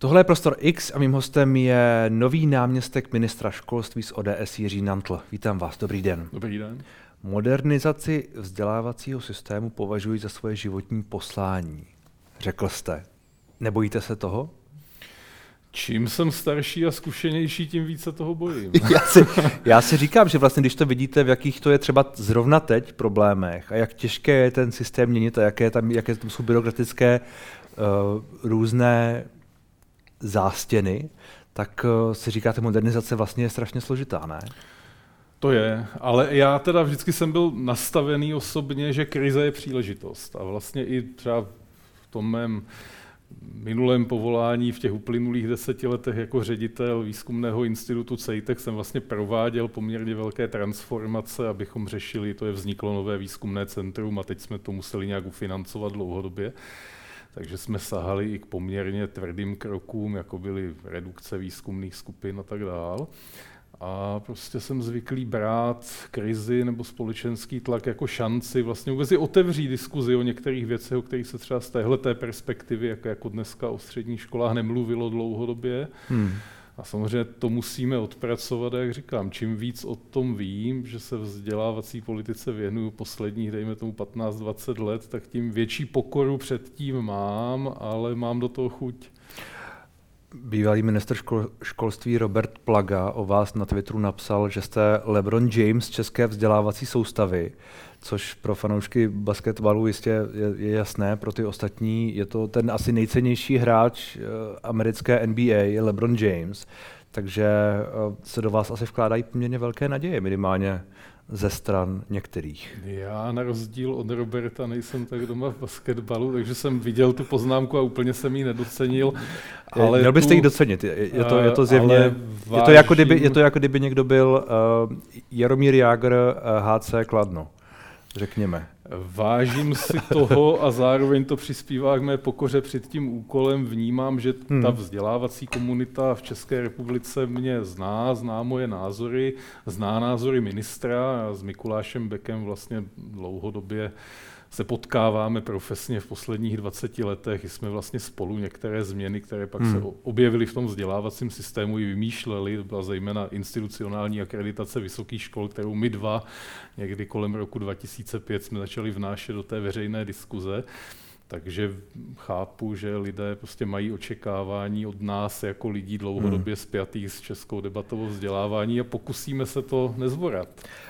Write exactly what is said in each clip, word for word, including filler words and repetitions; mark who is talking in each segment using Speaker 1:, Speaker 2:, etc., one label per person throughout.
Speaker 1: Tohle je Prostor X a mým hostem je nový náměstek ministra školství z O D S Jiří Nantl. Vítám vás, dobrý den.
Speaker 2: Dobrý den.
Speaker 1: Modernizaci vzdělávacího systému považuji za svoje životní poslání. Řekl jste. Nebojíte se toho?
Speaker 2: Čím jsem starší a zkušenější, tím více toho bojím.
Speaker 1: Já si, já si říkám, že vlastně, když to vidíte, v jakých to je třeba zrovna teď problémech a jak těžké je ten systém měnit a jaké tam, jaké tam jsou byrokratické uh, různé zástěny, tak uh, si říkáte, modernizace vlastně je strašně složitá, ne?
Speaker 2: To je, ale já teda vždycky jsem byl nastavený osobně, že krize je příležitost. A vlastně i třeba v tom mém minulém povolání v těch uplynulých deseti letech jako ředitel výzkumného institutu CEITEC jsem vlastně prováděl poměrně velké transformace, abychom řešili, to je vzniklo nové výzkumné centrum a teď jsme to museli nějak ufinancovat dlouhodobě. Takže jsme sahali i k poměrně tvrdým krokům, jako byly redukce výzkumných skupin a tak dál. A prostě jsem zvyklý brát krizi nebo společenský tlak jako šanci vlastně vůbec i otevřít diskuzi o některých věcech, o kterých se třeba z téhleté perspektivy, jako, jako dneska o středních školách, nemluvilo dlouhodobě. Hmm. A samozřejmě to musíme odpracovat, jak říkám, čím víc o tom vím, že se vzdělávací politice věnuju posledních, dejme tomu patnáct dvacet let, tak tím větší pokoru před tím mám, ale mám do toho chuť.
Speaker 1: Bývalý ministr škol, školství Robert Plaga o vás na Twitteru napsal, že jste LeBron James české vzdělávací soustavy, což pro fanoušky basketbalu jistě je, je jasné, pro ty ostatní je to ten asi nejcennější hráč americké N B A, je LeBron James, takže se do vás asi vkládají poměrně velké naděje, minimálně ze stran některých.
Speaker 2: Já na rozdíl od Roberta nejsem tak doma v basketbalu, takže jsem viděl tu poznámku a úplně jsem ji nedocenil.
Speaker 1: Ale Měl byste ji docenit, je, je, to, je to zjevně, je to, jako kdyby, je to jako kdyby někdo byl uh, Jaromír Jágr uh, H C Kladno, řekněme.
Speaker 2: Vážím si toho a zároveň to přispívá k mé pokoře před tím úkolem. Vnímám, že ta vzdělávací komunita v České republice mě zná, zná moje názory, zná názory ministra. A s Mikulášem Bekem vlastně dlouhodobě se potkáváme profesně v posledních dvaceti letech. Jsme vlastně spolu některé změny, které pak hmm. se objevily v tom vzdělávacím systému i vymýšleli. To byla zejména institucionální akreditace vysokých škol, kterou my dva někdy kolem roku dva tisíce pět jsme začali vnášet do té veřejné diskuze. Takže chápu, že lidé prostě mají očekávání od nás jako lidí dlouhodobě spjatých s českou debatou o vzdělávání a pokusíme se to nezvorat.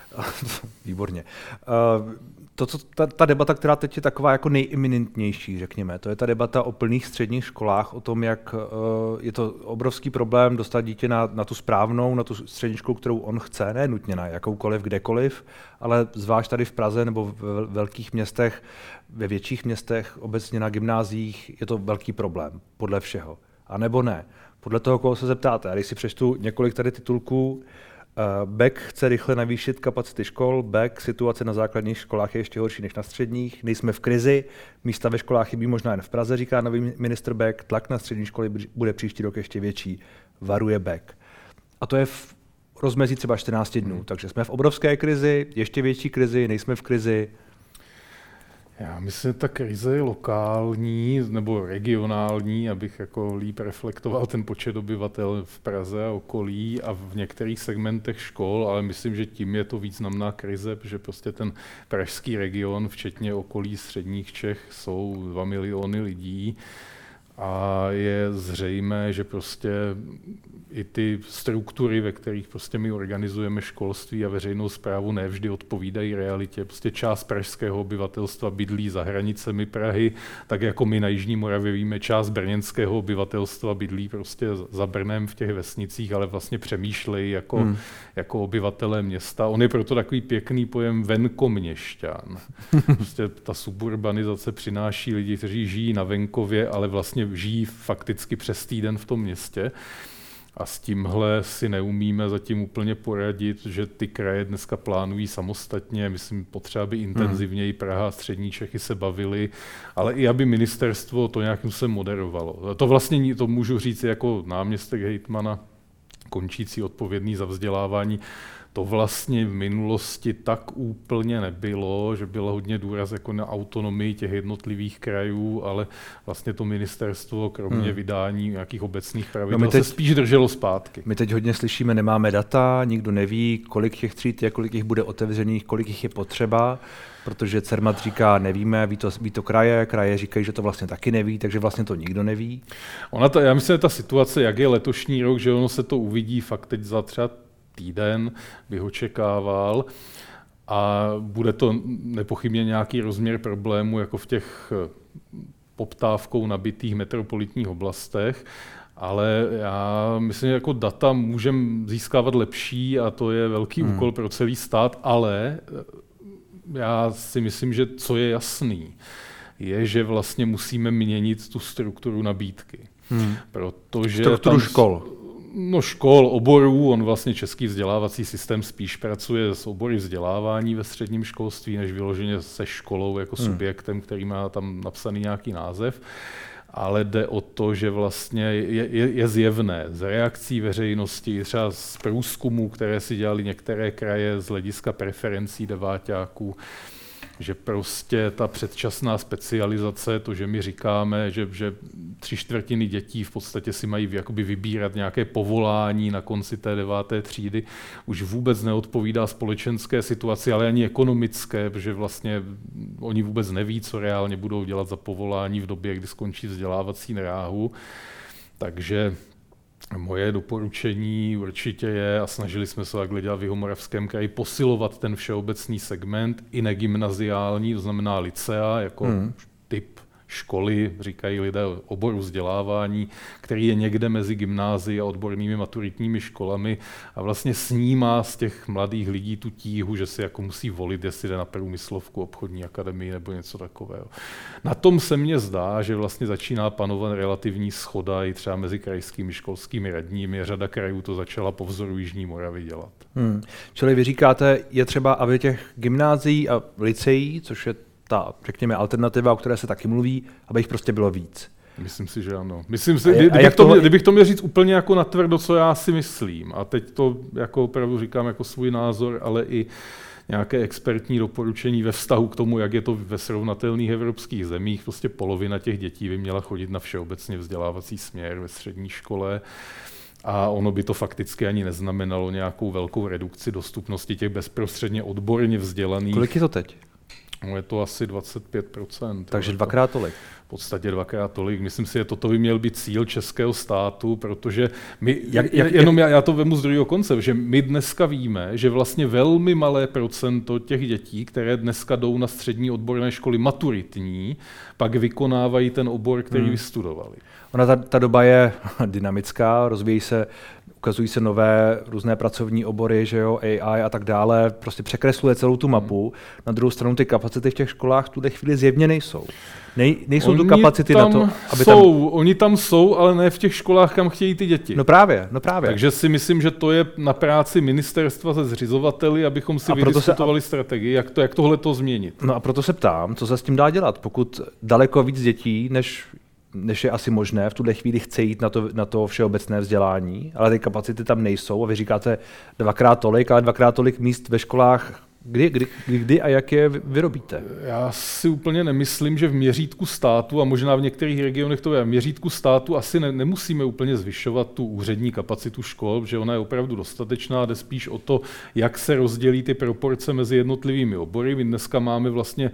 Speaker 1: Výborně. Uh, to, co, ta, ta debata, která teď je taková jako nejiminentnější, řekněme, to je ta debata o plných středních školách, o tom, jak uh, je to obrovský problém dostat dítě na, na tu správnou, na tu střední školu, kterou on chce, ne nutně na jakoukoliv, kdekoliv, ale zvlášť tady v Praze nebo v velkých městech, ve větších městech, obecně na gymnáziích, je to velký problém, podle všeho. A nebo ne, podle toho, koho se zeptáte. A když si přečtu několik tady titulků, Uh, Beck chce rychle navýšit kapacity škol, Beck, situace na základních školách je ještě horší než na středních, nejsme v krizi, místa ve školách chybí možná jen v Praze, říká nový ministr Beck, tlak na střední školy bude příští rok ještě větší, varuje Beck. A to je v rozmezí třeba čtrnáct dnů, hmm. takže jsme v obrovské krizi, ještě větší krizi, nejsme v krizi.
Speaker 2: Já myslím, že ta krize je lokální nebo regionální, abych jako líp reflektoval ten počet obyvatel v Praze a okolí a v některých segmentech škol, ale myslím, že tím je to významná krize, protože prostě ten pražský region, včetně okolí středních Čech, jsou dva miliony lidí. A je zřejmé, že prostě i ty struktury, ve kterých prostě my organizujeme školství a veřejnou správu, nevždy odpovídají realitě. Prostě část pražského obyvatelstva bydlí za hranicemi Prahy, tak jako my na Jižní Moravě víme, část brněnského obyvatelstva bydlí prostě za Brnem v těch vesnicích, ale vlastně přemýšlejí jako, hmm. jako obyvatelé města. On je proto takový pěkný pojem venkoměšťan. Prostě ta suburbanizace přináší lidi, kteří žijí na venkově, ale vlastně žijí fakticky přes týden v tom městě. A s tímhle si neumíme zatím úplně poradit, že ty kraje dneska plánují samostatně, myslím, potřeba by intenzivněji Praha a střední Čechy se bavili, ale i aby ministerstvo to nějakým se moderovalo. To vlastně to můžu říct jako náměstek hejtmana, končící odpovědný za vzdělávání. to vlastně v minulosti tak úplně nebylo, že byl hodně důraz jako na autonomii těch jednotlivých krajů, ale vlastně to ministerstvo, kromě hmm. vydání nějakých obecných pravidel, no teď, se spíš drželo zpátky.
Speaker 1: My teď hodně slyšíme, nemáme data, nikdo neví, kolik těch tříd je, kolik jich bude otevřených, kolik jich je potřeba, protože Cermat říká, nevíme, ví to, ví to kraje, kraje říkají, že to vlastně taky neví, takže vlastně to nikdo neví.
Speaker 2: Ona ta, já myslím, že ta situace, jak je letošní rok, že ono se to uvidí fakt teď za třeba týden, bych očekával, a bude to nepochybně nějaký rozměr problému jako v těch poptávkou nabitých metropolitních oblastech, ale já myslím, že jako data můžeme získávat lepší a to je velký hmm. úkol pro celý stát, ale já si myslím, že co je jasný, je, že vlastně musíme měnit tu strukturu nabídky. Hmm. Protože
Speaker 1: strukturu
Speaker 2: tam,
Speaker 1: škol.
Speaker 2: No škol, oborů, on vlastně český vzdělávací systém spíš pracuje s obory vzdělávání ve středním školství, než vyloženě se školou jako hmm. subjektem, který má tam napsaný nějaký název. Ale jde o to, že vlastně je, je, je zjevné z reakcí veřejnosti, třeba z průzkumů, které si dělali některé kraje z hlediska preferencí deváťáků, že prostě ta předčasná specializace, to, že my říkáme, že, že tři čtvrtiny dětí v podstatě si mají jakoby vybírat nějaké povolání na konci té deváté třídy, už vůbec neodpovídá společenské situaci, ale ani ekonomické, protože vlastně oni vůbec neví, co reálně budou dělat za povolání v době, kdy skončí vzdělávací dráhu. Takže moje doporučení určitě je, a snažili jsme se takhle dělat v Jihomoravském kraji, posilovat ten všeobecný segment, i negymnaziální, to znamená licea, jako hmm. typ školy, říkají lidé, oboru vzdělávání, který je někde mezi gymnázií a odbornými maturitními školami a vlastně snímá z těch mladých lidí tu tíhu, že si jako musí volit, jestli jde na průmyslovku, obchodní akademii nebo něco takového. Na tom se mně zdá, že vlastně začíná panovat relativní shoda i třeba mezi krajskými školskými radními. Řada krajů to začala po vzoru Jižní Moravy dělat. Hmm.
Speaker 1: Čili vy říkáte, je třeba, aby těch gymnázií a liceí, což je ta, řekněme, alternativa, o které se taky mluví, aby jich prostě bylo víc.
Speaker 2: Myslím si, že ano. Myslím si, je, kdybych, to, toho... kdybych to měl říct úplně jako natvrdo, co já si myslím, a teď to jako opravdu říkám jako svůj názor, ale i nějaké expertní doporučení ve vztahu k tomu, jak je to ve srovnatelných evropských zemích, prostě polovina těch dětí by měla chodit na všeobecně vzdělávací směr ve střední škole. A ono by to fakticky ani neznamenalo nějakou velkou redukci dostupnosti těch bezprostředně odborně vzdělaných.
Speaker 1: Kolik je to teď?
Speaker 2: No je to asi dvacet pět procent.
Speaker 1: Takže dvakrát tolik.
Speaker 2: V podstatě dvakrát tolik. Myslím si, že toto by měl být cíl českého státu, protože my, jak, jak, jenom já, já to vemu z druhého konce, že my dneska víme, že vlastně velmi malé procento těch dětí, které dneska jdou na střední odborné školy maturitní, pak vykonávají ten obor, který hmm. vystudovali.
Speaker 1: Ona ta, ta doba je dynamická, rozvíjí se, ukazují se nové různé pracovní obory, že jo, A I a tak dále, prostě překresluje celou tu mapu. Na druhou stranu ty kapacity v těch školách v tuhle chvíli zjevně nejsou. Nej, nejsou oni tu kapacity na to, aby
Speaker 2: jsou,
Speaker 1: tam...
Speaker 2: Oni tam jsou, ale ne v těch školách, kam chtějí ty děti.
Speaker 1: No právě, no právě.
Speaker 2: Takže si myslím, že to je na práci ministerstva se zřizovateli, abychom si vydiskutovali se... strategii, jak, to, jak tohle to změnit.
Speaker 1: No a proto se ptám, co se s tím dá dělat, pokud daleko víc dětí, než než je asi možné, v tuhle chvíli chce jít na to, na to všeobecné vzdělání, ale ty kapacity tam nejsou a vy říkáte dvakrát tolik, ale dvakrát tolik míst ve školách. Kdy, kdy, kdy a jak je vyrobíte?
Speaker 2: Já si úplně nemyslím, že v měřítku státu, a možná v některých regionech to je, v měřítku státu asi ne, nemusíme úplně zvyšovat tu úřední kapacitu škol, že ona je opravdu dostatečná, jde spíš o to, jak se rozdělí ty proporce mezi jednotlivými obory. My dneska máme vlastně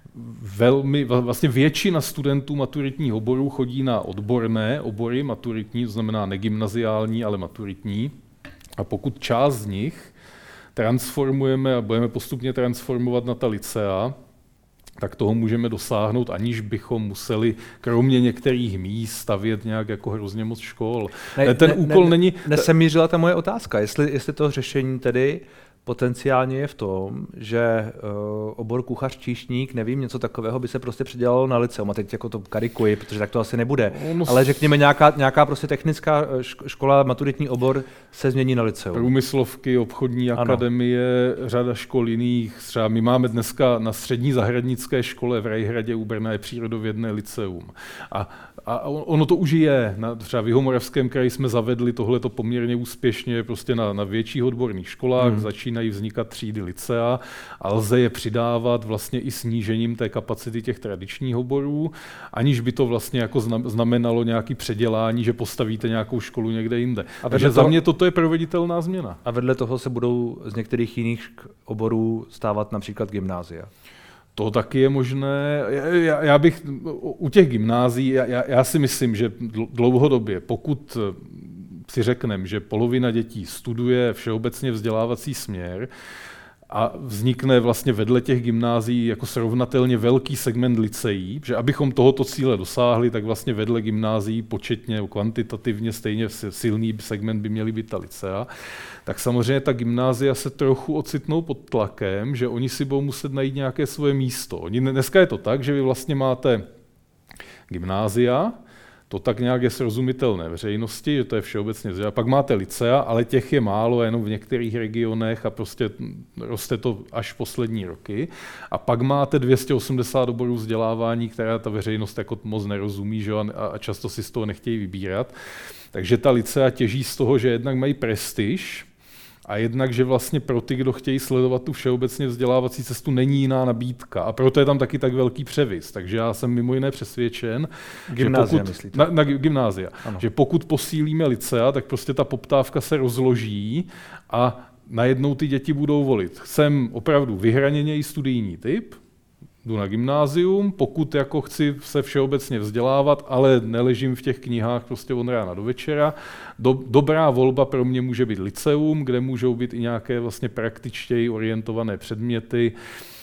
Speaker 2: velmi, vlastně většina studentů maturitních oborů chodí na odborné obory maturitní, to znamená negymnaziální, ale maturitní. A pokud část z nich transformujeme a budeme postupně transformovat na ta licea, tak toho můžeme dosáhnout, aniž bychom museli kromě některých míst stavět nějak jako hrozně moc škol.
Speaker 1: Ne,
Speaker 2: Ten
Speaker 1: ne,
Speaker 2: úkol
Speaker 1: ne,
Speaker 2: není...
Speaker 1: Nesemířila ta moje otázka, jestli, jestli to řešení tedy potenciálně je v tom, že uh, obor kuchař, číšník, nevím, něco takového by se prostě předělalo na liceum. A teď jako to karikuji, protože tak to asi nebude. No, ale řekněme, nějaká, nějaká prostě technická škola, maturitní obor se změní na liceum.
Speaker 2: Průmyslovky, obchodní akademie, ano. Řada škol jiných. Třeba my máme dneska na střední zahradnické škole v Rajhradě u Brna je přírodovědné liceum. A A ono to už je. Na, třeba v Jihomoravském kraji jsme zavedli tohleto poměrně úspěšně prostě na, na větších odborných školách, hmm. začínají vznikat třídy lycea a lze je přidávat vlastně i snížením té kapacity těch tradičních oborů, aniž by to vlastně jako znamenalo nějaké předělání, že postavíte nějakou školu někde jinde. A takže toho, za mě toto je proveditelná změna.
Speaker 1: A vedle toho se budou z některých jiných oborů stávat například gymnázia.
Speaker 2: To taky je možné. Já, já bych u těch gymnázií, já, já si myslím, že dlouhodobě, pokud si řekneme, že polovina dětí studuje všeobecně vzdělávací směr a vznikne vlastně vedle těch gymnázií jako srovnatelně velký segment lyceí, že abychom tohoto cíle dosáhli, tak vlastně vedle gymnázií početně, kvantitativně stejně silný segment by měly být ta lycea, tak samozřejmě ta gymnázia se trochu ocitnou pod tlakem, že oni si budou muset najít nějaké svoje místo. Oni, dneska je to tak, že vy vlastně máte gymnázia, to tak nějak je srozumitelné veřejnosti, že to je všeobecně vzdělávání. Pak máte lycea, ale těch je málo, jenom v některých regionech a prostě roste to až poslední roky. A pak máte dvě stě osmdesát oborů vzdělávání, která ta veřejnost jako moc nerozumí, že? A často si z toho nechtějí vybírat. Takže ta lycea těží z toho, že jednak mají prestiž, a jednak, že vlastně pro ty, kdo chtějí sledovat tu všeobecně vzdělávací cestu, není jiná nabídka. A proto je tam taky tak velký převis. Takže já jsem mimo jiné přesvědčen,
Speaker 1: gymnázia,
Speaker 2: že pokud,
Speaker 1: myslíte?
Speaker 2: na, na gymnázia, že pokud posílíme lycea, tak prostě ta poptávka se rozloží a najednou ty děti budou volit. Jsem opravdu vyhraněněji studijní typ, jdu na gymnázium, pokud jako chci se všeobecně vzdělávat, ale neležím v těch knihách prostě od rána do večera. Do, dobrá volba pro mě může být lyceum, kde můžou být i nějaké vlastně praktičtěji orientované předměty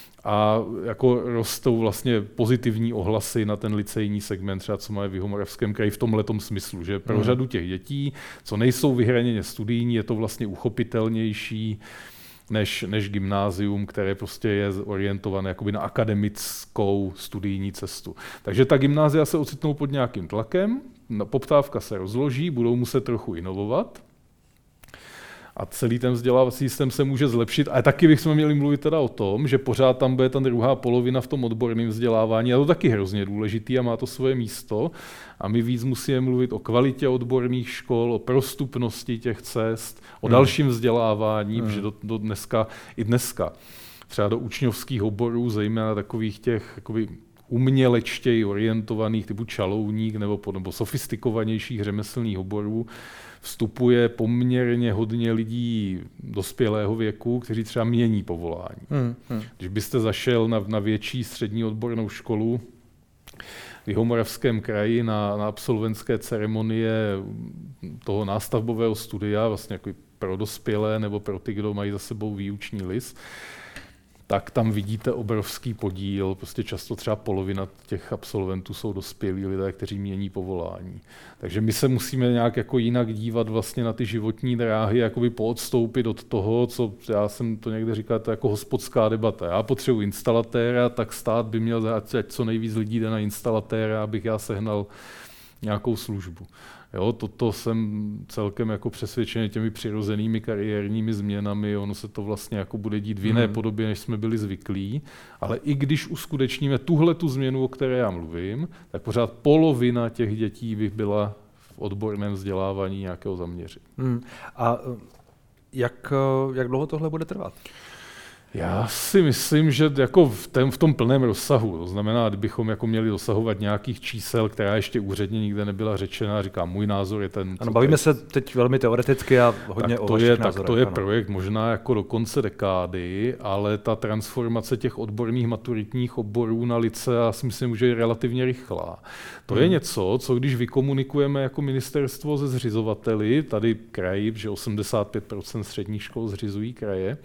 Speaker 2: a jako rostou vlastně pozitivní ohlasy na ten lycejní segment, třeba co máme v Jihomoravském kraji v tomhletom smyslu, že pro hmm. řadu těch dětí, co nejsou vyhraněně studijní, je to vlastně uchopitelnější Než, než gymnázium, které prostě je orientované jakoby na akademickou studijní cestu. Takže ta gymnázia se ocitnou pod nějakým tlakem, poptávka se rozloží, budou muset trochu inovovat a celý ten vzdělávací systém se může zlepšit. A taky bychom měli mluvit teda o tom, že pořád tam bude ta druhá polovina v tom odborném vzdělávání. A to taky hrozně důležitý a má to svoje místo. A my víc musíme mluvit o kvalitě odborných škol, o prostupnosti těch cest, o hmm. dalším vzdělávání, hmm. protože do, do dneska, i dneska, třeba do učňovských oborů, zejména takových těch jakoby umělečtěji orientovaných typu čalouník nebo, nebo sofistikovanějších řemeslných oborů, vstupuje poměrně hodně lidí dospělého věku, kteří třeba mění povolání. Hmm, hmm. Když byste zašel na, na větší střední odbornou školu v Jihomoravském kraji na, na absolventské ceremonie toho nástavbového studia, vlastně jako pro dospělé nebo pro ty, kdo mají za sebou výuční list, tak tam vidíte obrovský podíl, prostě často třeba polovina těch absolventů jsou dospělí lidé, kteří mění povolání. Takže my se musíme nějak jako jinak dívat vlastně na ty životní dráhy, jakoby poodstoupit od toho, co já jsem to někde říkal, to je jako hospodská debata. Já potřebuji instalatéra, tak stát by měl, ať co nejvíc lidí jde na instalatéra, abych já sehnal nějakou službu. Jo, toto jsem celkem jako přesvědčený těmi přirozenými kariérními změnami, ono se to vlastně jako bude dít v jiné hmm. podobě, než jsme byli zvyklí, ale i když uskutečníme tuhle tu změnu, o které já mluvím, tak pořád polovina těch dětí by byla v odborném vzdělávání nějakého zaměření. Hmm.
Speaker 1: A jak, jak dlouho tohle bude trvat?
Speaker 2: Já si myslím, že jako v, tém, v tom plném rozsahu, to znamená, kdybychom jako měli dosahovat nějakých čísel, která ještě úředně nikde nebyla řečena, říkám, můj názor je ten...
Speaker 1: Ano, bavíme teď, se teď velmi teoreticky a hodně o vašich názorech.
Speaker 2: Tak to je ano. projekt možná jako do konce dekády, ale ta transformace těch odborných maturitních oborů na lycea si myslím, že je relativně rychlá. To hmm. je něco, co když vykomunikujeme jako ministerstvo se zřizovateli, tady kraji, že osmdesát pět procent středních škol zřizují kraje,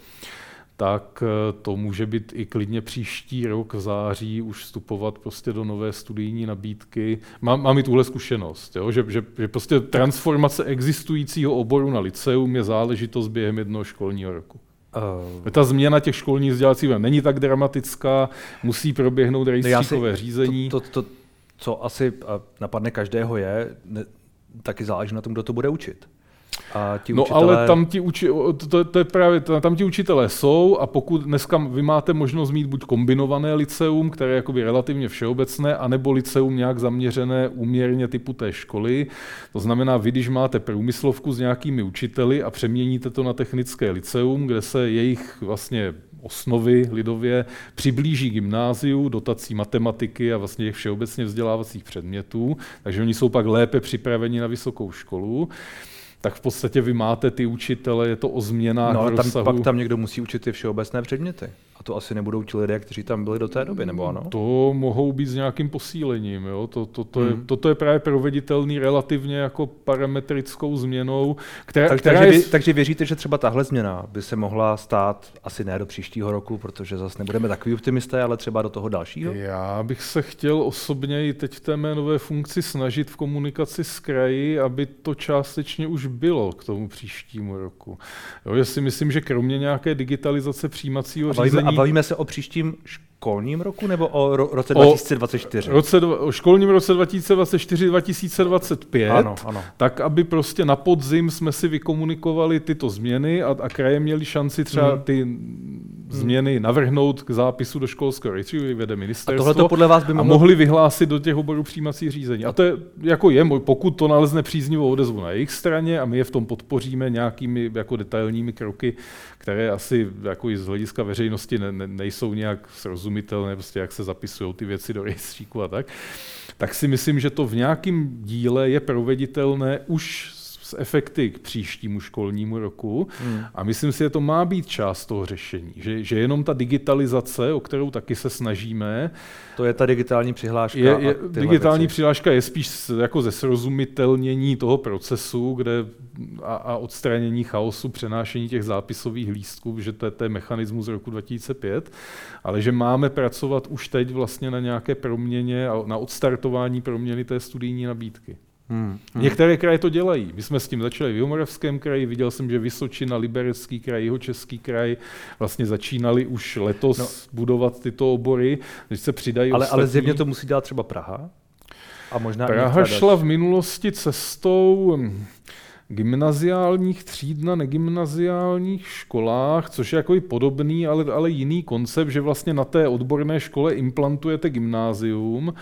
Speaker 2: tak to může být i klidně příští rok v září už vstupovat prostě do nové studijní nabídky. Mám, mám i tuhle zkušenost, jo? Že, že, že prostě transformace existujícího oboru na lyceum je záležitost během jednoho školního roku. Uh, Ta změna těch školních vzdělávacích není tak dramatická, musí proběhnout rejstříkové no řízení.
Speaker 1: To, to, to, co asi napadne každého je, ne, taky záleží na tom, kdo to bude učit. A ti
Speaker 2: no
Speaker 1: učitelé...
Speaker 2: ale tam ti, uči, to, to je právě, tam ti učitelé jsou a pokud dneska vy máte možnost mít buď kombinované liceum, které je jakoby relativně všeobecné, anebo liceum nějak zaměřené úměrně typu té školy, to znamená, vy když máte průmyslovku s nějakými učiteli a přeměníte to na technické liceum, kde se jejich vlastně osnovy lidově přiblíží gymnáziu, dotací matematiky a vlastně těch všeobecně vzdělávacích předmětů, takže oni jsou pak lépe připraveni na vysokou školu, tak v podstatě vy máte ty učitele, je to o změnách
Speaker 1: no,
Speaker 2: v rozsahu.
Speaker 1: Tam, pak tam někdo musí učit ty všeobecné předměty. A to asi nebudou ti lidé, kteří tam byli do té doby, nebo ano?
Speaker 2: To mohou být s nějakým posílením. Jo? To, to, to, hmm. je, toto je právě proveditelný relativně jako parametrickou změnou. Která,
Speaker 1: tak,
Speaker 2: která
Speaker 1: takže,
Speaker 2: je...
Speaker 1: vy, takže věříte, že třeba tahle změna by se mohla stát asi ne do příštího roku, protože zase nebudeme takový optimisté, ale třeba do toho dalšího?
Speaker 2: Já bych se chtěl osobně i teď v té mé nové funkci snažit v komunikaci s kraji, aby to částečně už bylo k tomu příštímu roku. Jo, já si myslím, že kromě nějaké digitalizace přijímacího
Speaker 1: a bavíme,
Speaker 2: řízení...
Speaker 1: A bavíme se o příštím školním roku nebo o ro- roce dva tisíce dvacet čtyři?
Speaker 2: O, roce, o školním roce dva tisíce dvacet čtyři dva tisíce dvacet pět,
Speaker 1: ano, ano.
Speaker 2: Tak aby prostě na podzim jsme si vykomunikovali tyto změny a, a kraje měli šanci třeba hmm. ty hmm. změny navrhnout k zápisu do školského rejstříku, vede ministerstvo.
Speaker 1: A tohle podle vás by mohlo...
Speaker 2: a mohli vyhlásit do těch oborů přijímací řízení. A to je, jako je, pokud to nalezne příznivou odezvu na jejich straně a my je v tom podpoříme nějakými jako detailními kroky, které asi jako i z hlediska veřejnosti ne, ne, nejsou nějak srozumitelné, prostě jak se zapisují ty věci do rejstříku a tak, tak si myslím, že to v nějakém díle je proveditelné už s efekty k příštímu školnímu roku hmm. a myslím si, že to má být část toho řešení, že, že jenom ta digitalizace, o kterou taky se snažíme,
Speaker 1: to je ta digitální přihláška.
Speaker 2: Je, je, digitální
Speaker 1: věci.
Speaker 2: přihláška je spíš jako ze srozumitelnění toho procesu, kde a, a odstranění chaosu, přenášení těch zápisových lístků, že to je, to je mechanismus z roku dva tisíce pět, ale že máme pracovat už teď vlastně na nějaké proměně a na odstartování proměny té studijní nabídky. Hmm, hmm. Některé kraje to dělají. My jsme s tím začali v Jihomoravském kraji, viděl jsem, že Vysočina, Liberecký kraj, Jihočeský kraj vlastně začínali už letos no. budovat tyto obory, když se přidají
Speaker 1: ale,
Speaker 2: ostatní.
Speaker 1: Ale zjevně to musí dělat třeba Praha? A možná
Speaker 2: Praha šla v minulosti cestou gymnaziálních tříd na negymnaziálních školách, což je jako i podobný, ale, ale jiný koncept, že vlastně na té odborné škole implantujete gymnázium.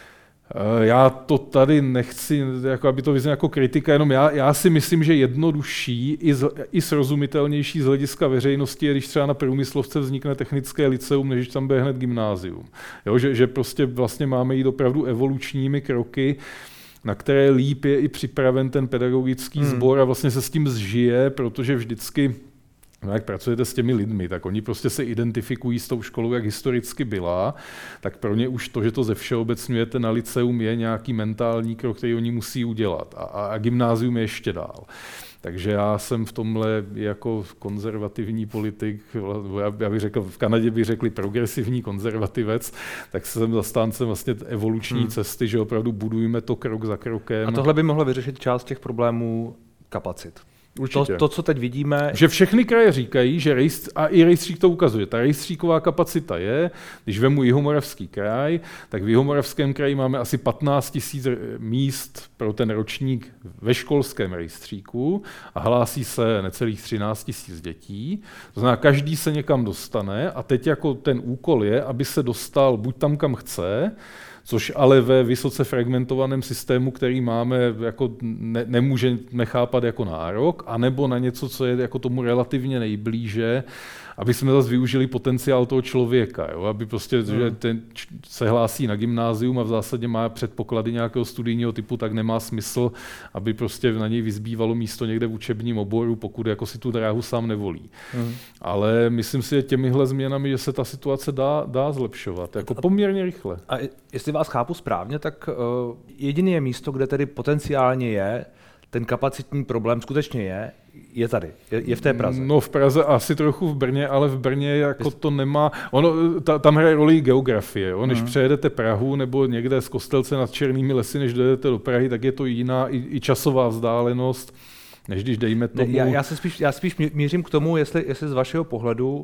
Speaker 2: Já to tady nechci, jako aby to vyznělo jako kritika, jenom já, já si myslím, že jednodušší i, z, i srozumitelnější z hlediska veřejnosti je, když třeba na průmyslovce vznikne technické liceum, než když tam bude hned gymnázium. Jo, že, že prostě vlastně máme jít opravdu evolučními kroky, na které líp je i připraven ten pedagogický hmm. sbor a vlastně se s tím zžije, protože vždycky no, jak pracujete s těmi lidmi, tak oni prostě se identifikují s tou školou, jak historicky byla, tak pro ně už to, že to ze všeobecňujete na liceum, je nějaký mentální krok, který oni musí udělat. A, a, a gymnázium je ještě dál. Takže já jsem v tomhle jako konzervativní politik, já bych řekl, v Kanadě by řekli progresivní konzervativec, tak jsem zastáncem vlastně evoluční hmm. cesty, že opravdu budujeme to krok za krokem.
Speaker 1: A tohle by mohlo vyřešit část těch problémů kapacit. To, to, co teď vidíme...
Speaker 2: Že všechny kraje říkají, že rejst, a i rejstřík to ukazuje, ta rejstříková kapacita je, když vemu Jihomoravský kraj, tak v Jihomoravském kraji máme asi patnáct tisíc míst pro ten ročník ve školském rejstříku a hlásí se necelých třináct tisíc dětí. To znamená, každý se někam dostane a teď jako ten úkol je, aby se dostal buď tam, kam chce, což ale ve vysoce fragmentovaném systému, který máme, jako ne, nemůžeme chápat jako nárok, anebo na něco, co je jako tomu relativně nejblíže, aby jsme zase využili potenciál toho člověka, jo? Aby prostě, hmm. že ten se hlásí na gymnázium a v zásadě má předpoklady nějakého studijního typu, tak nemá smysl, aby prostě na něj vyzbývalo místo někde v učebním oboru, pokud jako si tu dráhu sám nevolí. Hmm. Ale myslím si, že těmihle změnami, že se ta situace dá, dá zlepšovat, jako poměrně rychle.
Speaker 1: A jestli vás chápu správně, tak uh, jediné je místo, kde tedy potenciálně je, ten kapacitní problém skutečně je, je tady, je, je v té Praze.
Speaker 2: No v Praze asi trochu v Brně, ale v Brně jako to nemá, ono, ta, tam hraje roli geografie, jo? Než hmm. přejedete Prahu nebo někde z Kostelce nad Černými lesy, než dojedete do Prahy, tak je to jiná i, i časová vzdálenost, než když dejme tomu...
Speaker 1: Ne, já, já se spíš, já spíš mířím k tomu, jestli, jestli z vašeho pohledu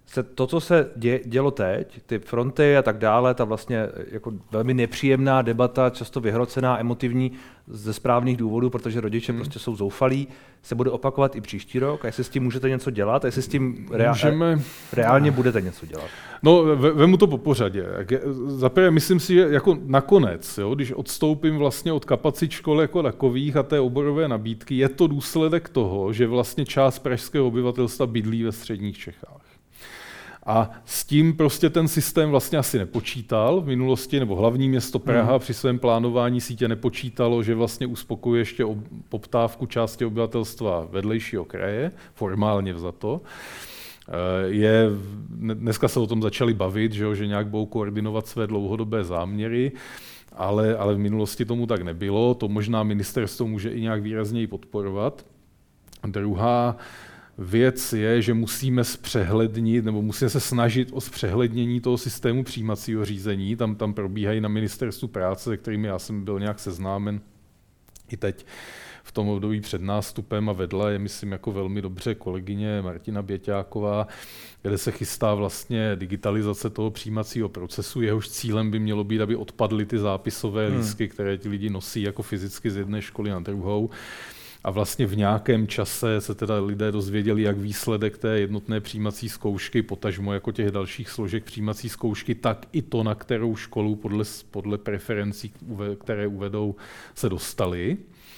Speaker 1: se to, co se dě, dělo teď, ty fronty a tak dále, ta vlastně jako velmi nepříjemná debata, často vyhrocená, emotivní, ze správných důvodů, protože rodiče hmm. prostě jsou zoufalí, se bude opakovat i příští rok. A jestli s tím můžete něco dělat, a jestli s tím rea- Můžeme... reálně budete něco dělat.
Speaker 2: No, vemu to po pořadě. Zaprvé myslím si, že jako nakonec, jo, když odstoupím vlastně od kapacit škol jako takových a té oborové nabídky, je to důsledek toho, že vlastně část pražského obyvatelstva bydlí ve středních Čechách. A s tím prostě ten systém vlastně asi nepočítal v minulosti, nebo hlavní město Praha hmm. při svém plánování sítě nepočítalo, že vlastně uspokojuje ještě poptávku části obyvatelstva vedlejšího kraje, formálně vzato. Je, dneska se o tom začali bavit, že, jo, že nějak budou koordinovat své dlouhodobé záměry, ale, ale v minulosti tomu tak nebylo, to možná ministerstvo může i nějak výrazněji podporovat. Druhá věc je, že musíme zpřehlednit, nebo musíme se snažit o zpřehlednění toho systému přijímacího řízení. Tam, tam probíhají na ministerstvu práce, se kterými já jsem byl nějak seznámen i teď v tom období před nástupem, a vedla je, myslím, jako velmi dobře kolegyně Martina Běťáková, kde se chystá vlastně digitalizace toho přijímacího procesu. Jehož cílem by mělo být, aby odpadly ty zápisové hmm. lístky, které ti lidi nosí jako fyzicky z jedné školy na druhou. A vlastně v nějakém čase se teda lidé dozvěděli, jak výsledek té jednotné přijímací zkoušky, potažmo jako těch dalších složek přijímací zkoušky, tak i to, na kterou školu podle, podle preferencí, které uvedou, se dostali.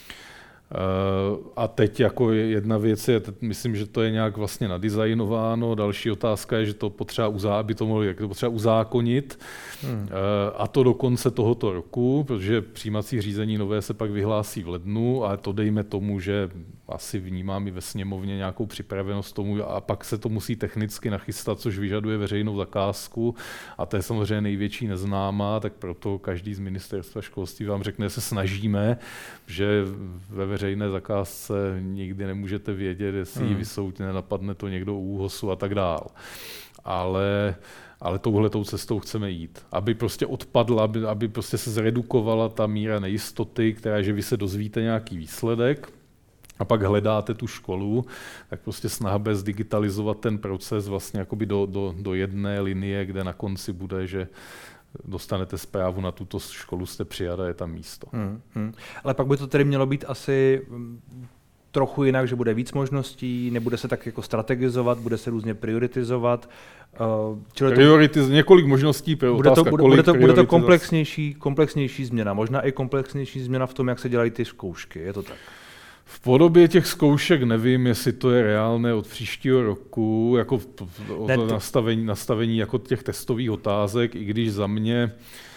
Speaker 2: A teď jako jedna věc je, myslím, že to je nějak vlastně nadizajnováno, další otázka je, že to potřeba, uzá, by to mohlo, jak to potřeba uzákonit, hmm. a to do konce tohoto roku, protože přijímací řízení nové se pak vyhlásí v lednu, a to dejme tomu, že asi vnímám i ve sněmovně nějakou připravenost tomu, a pak se to musí technicky nachystat, což vyžaduje veřejnou zakázku, a to je samozřejmě největší neznámá, tak proto každý z ministerstva školství vám řekne, že se snažíme, že ve veřejné zakázce nikdy nemůžete vědět, jestli hmm. ji vysoutěne, napadne to někdo u ÚHOSu a tak dál. Ale, ale touhletou cestou chceme jít. Aby prostě odpadla, aby, aby prostě se zredukovala ta míra nejistoty, která, že vy se dozvíte nějaký výsledek a pak hledáte tu školu, tak prostě snaha bez digitalizovat ten proces vlastně jakoby do, do, do jedné linie, kde na konci bude, že dostanete zprávu, na tuto školu jste přijat a je tam místo.
Speaker 1: Hmm, hmm. Ale pak by to tedy mělo být asi trochu jinak, že bude víc možností, nebude se tak jako strategizovat, bude se různě prioritizovat.
Speaker 2: Uh, Prioritiz, několik možností pro
Speaker 1: bude
Speaker 2: otázka,
Speaker 1: to, bude, bude, to, bude to komplexnější, komplexnější změna, možná i komplexnější změna v tom, jak se dělají ty zkoušky, je to tak?
Speaker 2: V podobě těch zkoušek nevím, jestli to je reálné od příštího roku, jako o to nastavení, nastavení jako těch testových otázek, i když za mě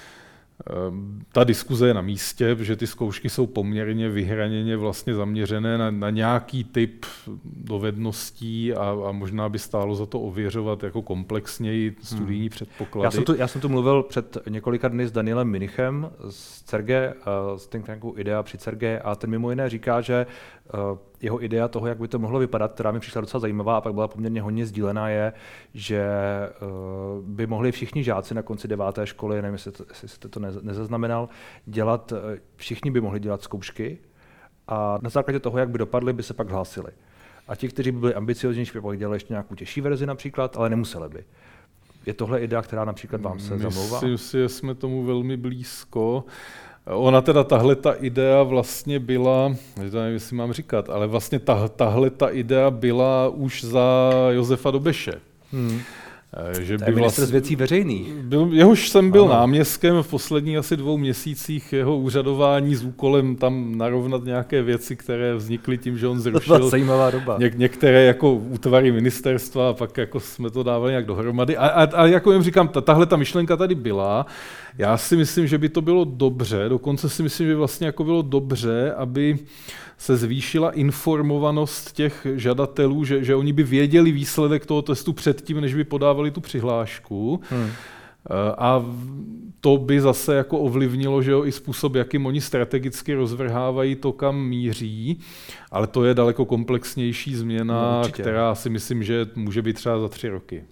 Speaker 2: ta diskuze je na místě, protože ty zkoušky jsou poměrně vyhraněně vlastně zaměřené na, na nějaký typ dovedností a, a možná by stálo za to ověřovat jako komplexněji studijní hmm. předpoklady.
Speaker 1: Já jsem, tu, já jsem tu mluvil před několika dny s Danielem Minichem z CERGE, z think tanku IDEA při CERGE, a ten mimo jiné říká, že jeho idea toho, jak by to mohlo vypadat, která mi přišla docela zajímavá a pak byla poměrně hodně sdílená, je, že by mohli všichni žáci na konci deváté školy, nevím, jestli, to, jestli jste to nezaznamenal, dělat, všichni by mohli dělat zkoušky a na základě toho, jak by dopadly, by se pak hlásili. A ti, kteří by byli ambicioznější, by pak dělali ještě nějakou těžší verzi například, ale nemuseli by. Je tohle idea, která například vám se zamlouvá?
Speaker 2: Myslím si, že jsme tomu velmi blízko. Ona teda, tahle ta idea vlastně byla, nevím, jestli mám říkat, ale vlastně ta, tahle ta idea byla už za Josefa Dobeše. Hmm.
Speaker 1: Že to je ministr z věcí veřejných.
Speaker 2: Byl, jehož jsem byl ano. náměstkem v posledních asi dvou měsících jeho úřadování s úkolem tam narovnat nějaké věci, které vznikly tím, že on zrušil
Speaker 1: zajímavá doba.
Speaker 2: Něk, některé jako útvary ministerstva a pak jako jsme to dávali nějak dohromady. A, a, a jako jim říkám, ta, tahle ta myšlenka tady byla. Já si myslím, že by to bylo dobře, dokonce si myslím, že by vlastně jako bylo dobře, aby se zvýšila informovanost těch žadatelů, že, že oni by věděli výsledek toho testu předtím, než by podávali tu přihlášku. Hmm. A to by zase jako ovlivnilo, že jo, i způsob, jakým oni strategicky rozvrhávají to, kam míří, ale to je daleko komplexnější změna, no, která si myslím, že může být třeba za tři roky.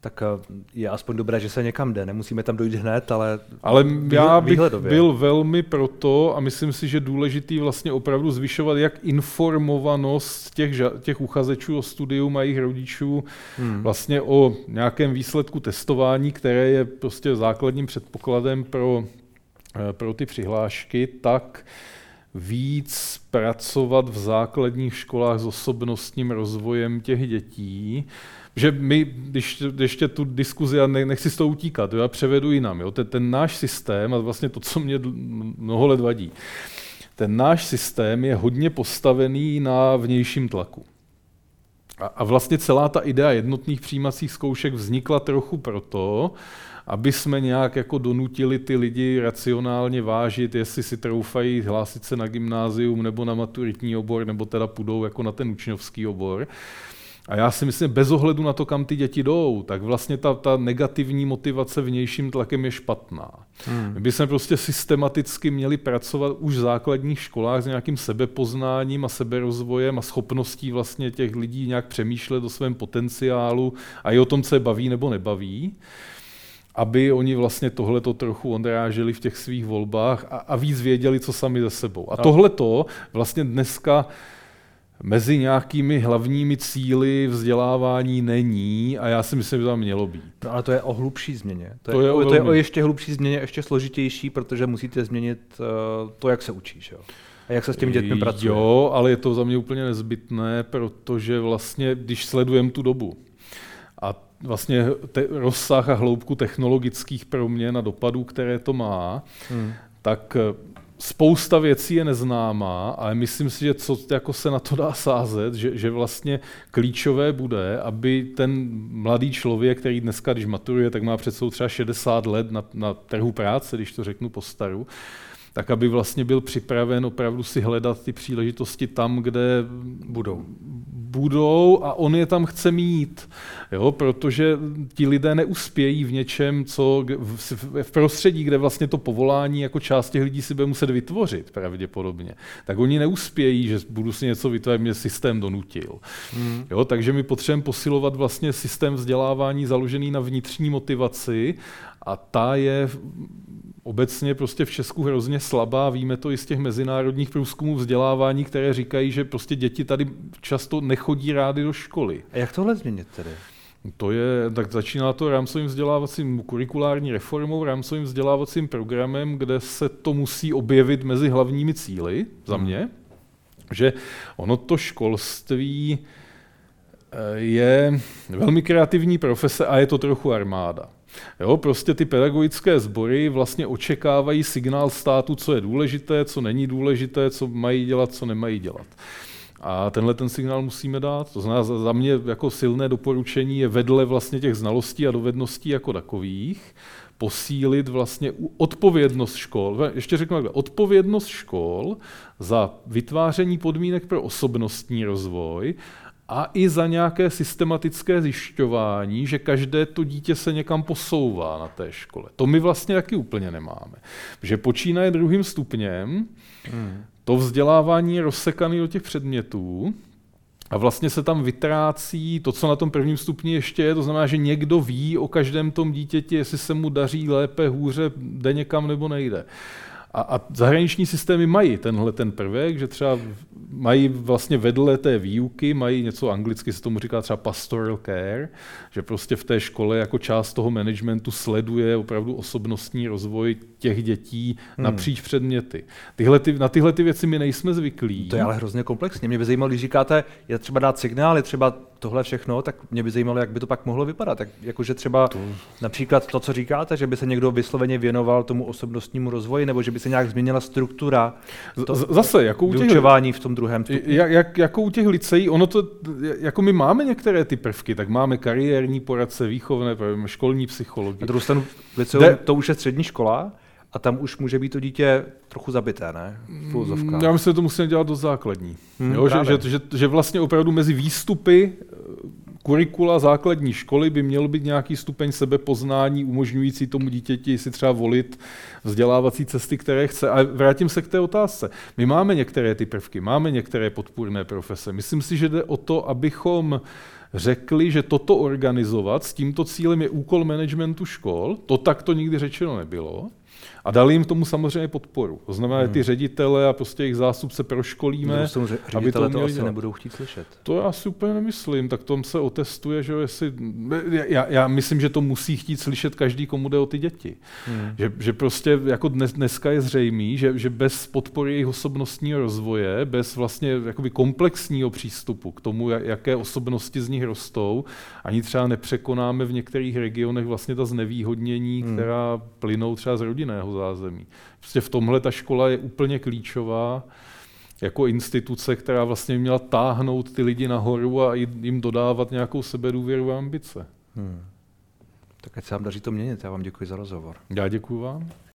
Speaker 1: tak je aspoň dobré, že se někam jde. Nemusíme tam dojít hned, ale
Speaker 2: Ale já bych
Speaker 1: výhledově.
Speaker 2: byl velmi proto a myslím si, že důležitý vlastně opravdu zvyšovat jak informovanost těch, těch uchazečů o studium a jejich rodičů hmm. vlastně o nějakém výsledku testování, které je prostě základním předpokladem pro, pro ty přihlášky, tak víc pracovat v základních školách s osobnostním rozvojem těch dětí. Že my, když ještě tu diskuzi, a nechci z toho utíkat, já převedu jinam, jo, ten, ten náš systém, a vlastně to, co mě mnoho let vadí, ten náš systém je hodně postavený na vnějším tlaku. A, a vlastně celá ta idea jednotných přijímacích zkoušek vznikla trochu proto, aby jsme nějak jako donutili ty lidi racionálně vážit, jestli si troufají hlásit se na gymnázium nebo na maturitní obor, nebo teda půjdou jako na ten učňovský obor. A já si myslím, bez ohledu na to, kam ty děti jdou, tak vlastně ta, ta negativní motivace vnějším tlakem je špatná. Hmm. My bychom prostě systematicky měli pracovat už v základních školách s nějakým sebepoznáním a seberozvojem a schopností vlastně těch lidí nějak přemýšlet o svém potenciálu a i o tom, co je baví nebo nebaví, aby oni vlastně tohleto trochu odráželi v těch svých volbách a, a víc věděli, co sami ze sebou. A tohleto vlastně dneska mezi nějakými hlavními cíli vzdělávání není a já si myslím, že tam mělo být.
Speaker 1: No ale to je o hlubší změně. To,
Speaker 2: to,
Speaker 1: je,
Speaker 2: je, o
Speaker 1: to je o ještě hlubší změně, ještě složitější, protože musíte změnit uh, to, jak se učíš. Jo? A jak se s těmi dětmi pracuje.
Speaker 2: Jo, ale je to za mě úplně nezbytné, protože vlastně, když sledujeme tu dobu a vlastně te, rozsah a hloubku technologických proměn a dopadů, které to má, hmm. tak spousta věcí je neznámá, ale myslím si, že co jako se na to dá sázet, že, že vlastně klíčové bude, aby ten mladý člověk, který dneska, když maturuje, tak má před sebou třeba šedesát let na, na trhu práce, když to řeknu po staru, tak aby vlastně byl připraven opravdu si hledat ty příležitosti tam, kde
Speaker 1: budou.
Speaker 2: budou a on je tam chce mít, jo, protože ti lidé neuspějí v něčem, co v, v prostředí, kde vlastně to povolání jako část těch lidí si bude muset vytvořit pravděpodobně, tak oni neuspějí, že budu si něco vytvořit, mě systém donutil. Hmm. Jo, takže my potřebujeme posilovat vlastně systém vzdělávání založený na vnitřní motivaci a ta je obecně prostě v Česku hrozně slabá, víme to i z těch mezinárodních průzkumů vzdělávání, které říkají, že prostě děti tady často nechodí rády do školy.
Speaker 1: A jak tohle změnit tedy?
Speaker 2: To je, tak začíná to rámcovým vzdělávacím kurikulární reformou, rámcovým vzdělávacím programem, kde se to musí objevit mezi hlavními cíli, za mě, hmm. že ono to školství je velmi kreativní profese a je to trochu armáda. Jo, prostě ty pedagogické sbory vlastně očekávají signál státu, co je důležité, co není důležité, co mají dělat, co nemají dělat. A tenhle ten signál musíme dát. To znamená, za mě jako silné doporučení je vedle vlastně těch znalostí a dovedností jako takových posílit vlastně odpovědnost škol. Ještě řeknu takhle, odpovědnost škol za vytváření podmínek pro osobnostní rozvoj a i za nějaké systematické zjišťování, že každé to dítě se někam posouvá na té škole. To my vlastně taky úplně nemáme. Že počínaje druhým stupněm, hmm. to vzdělávání je rozsekané do těch předmětů a vlastně se tam vytrácí to, co na tom prvním stupni ještě je, to znamená, že někdo ví o každém tom dítěti, jestli se mu daří lépe, hůře, jde někam nebo nejde. A, a zahraniční systémy mají tenhle ten prvek, že třeba mají vlastně vedle té výuky, mají něco anglicky, se tomu říká třeba pastoral care, že prostě v té škole jako část toho managementu sleduje opravdu osobnostní rozvoj těch dětí hmm. napříč předměty. Tyhle ty, na tyhle ty věci my nejsme zvyklí.
Speaker 1: To je ale hrozně komplexně. Mě by zajímalo, když říkáte, je třeba dát signál, je třeba tohle všechno, tak mě by zajímalo, jak by to pak mohlo vypadat. Tak, jakože třeba to... například to, co říkáte, že by se někdo vysloveně věnoval tomu osobnostnímu rozvoji, nebo že by se nějak změnila struktura
Speaker 2: to, Zase, jako u těch,
Speaker 1: vyučování v tom druhém stupni.
Speaker 2: Jak, jak, jako u těch liceí, ono to, jako my máme některé ty prvky, tak máme kariérní poradce, výchovné, školní psychologii.
Speaker 1: Na druhou stranu liceum, to už je střední škola, a tam už může být to dítě trochu zabité, ne? Filozofka.
Speaker 2: Já myslím, že to musíme dělat do základní. Hmm, jo, že, že, že, že vlastně opravdu mezi výstupy kurikula základní školy by měl být nějaký stupeň sebepoznání umožňující tomu dítěti si třeba volit vzdělávací cesty, které chce. A vrátím se k té otázce. My máme některé ty prvky, máme některé podpůrné profese. Myslím si, že jde o to, abychom řekli, že toto organizovat s tímto cílem je úkol managementu škol. To takto nikdy řečeno nebylo. A dali jim tomu samozřejmě podporu. To znamená, že ty ředitele a prostě jejich zástupce proškolíme,
Speaker 1: no,
Speaker 2: aby to,
Speaker 1: to asi dělat. Nebudou chtít slyšet.
Speaker 2: To já si úplně nemyslím. Tak tom se otestuje, že jestli... Já, já myslím, že to musí chtít slyšet každý, komu jde o ty děti. Hmm. Že, že prostě jako dnes, dneska je zřejmý, že, že bez podpory jejich osobnostního rozvoje, bez vlastně jakoby komplexního přístupu k tomu, jaké osobnosti z nich rostou, ani třeba nepřekonáme v některých regionech vlastně ta znevýhodnění, hmm. která plynou třeba z rodinného zázemí. Prostě v tomhle ta škola je úplně klíčová jako instituce, která vlastně měla táhnout ty lidi nahoru a jim dodávat nějakou sebedůvěru a ambice. Hmm.
Speaker 1: Tak ať se vám daří to měnit. Já vám děkuji za rozhovor.
Speaker 2: Já děkuji vám.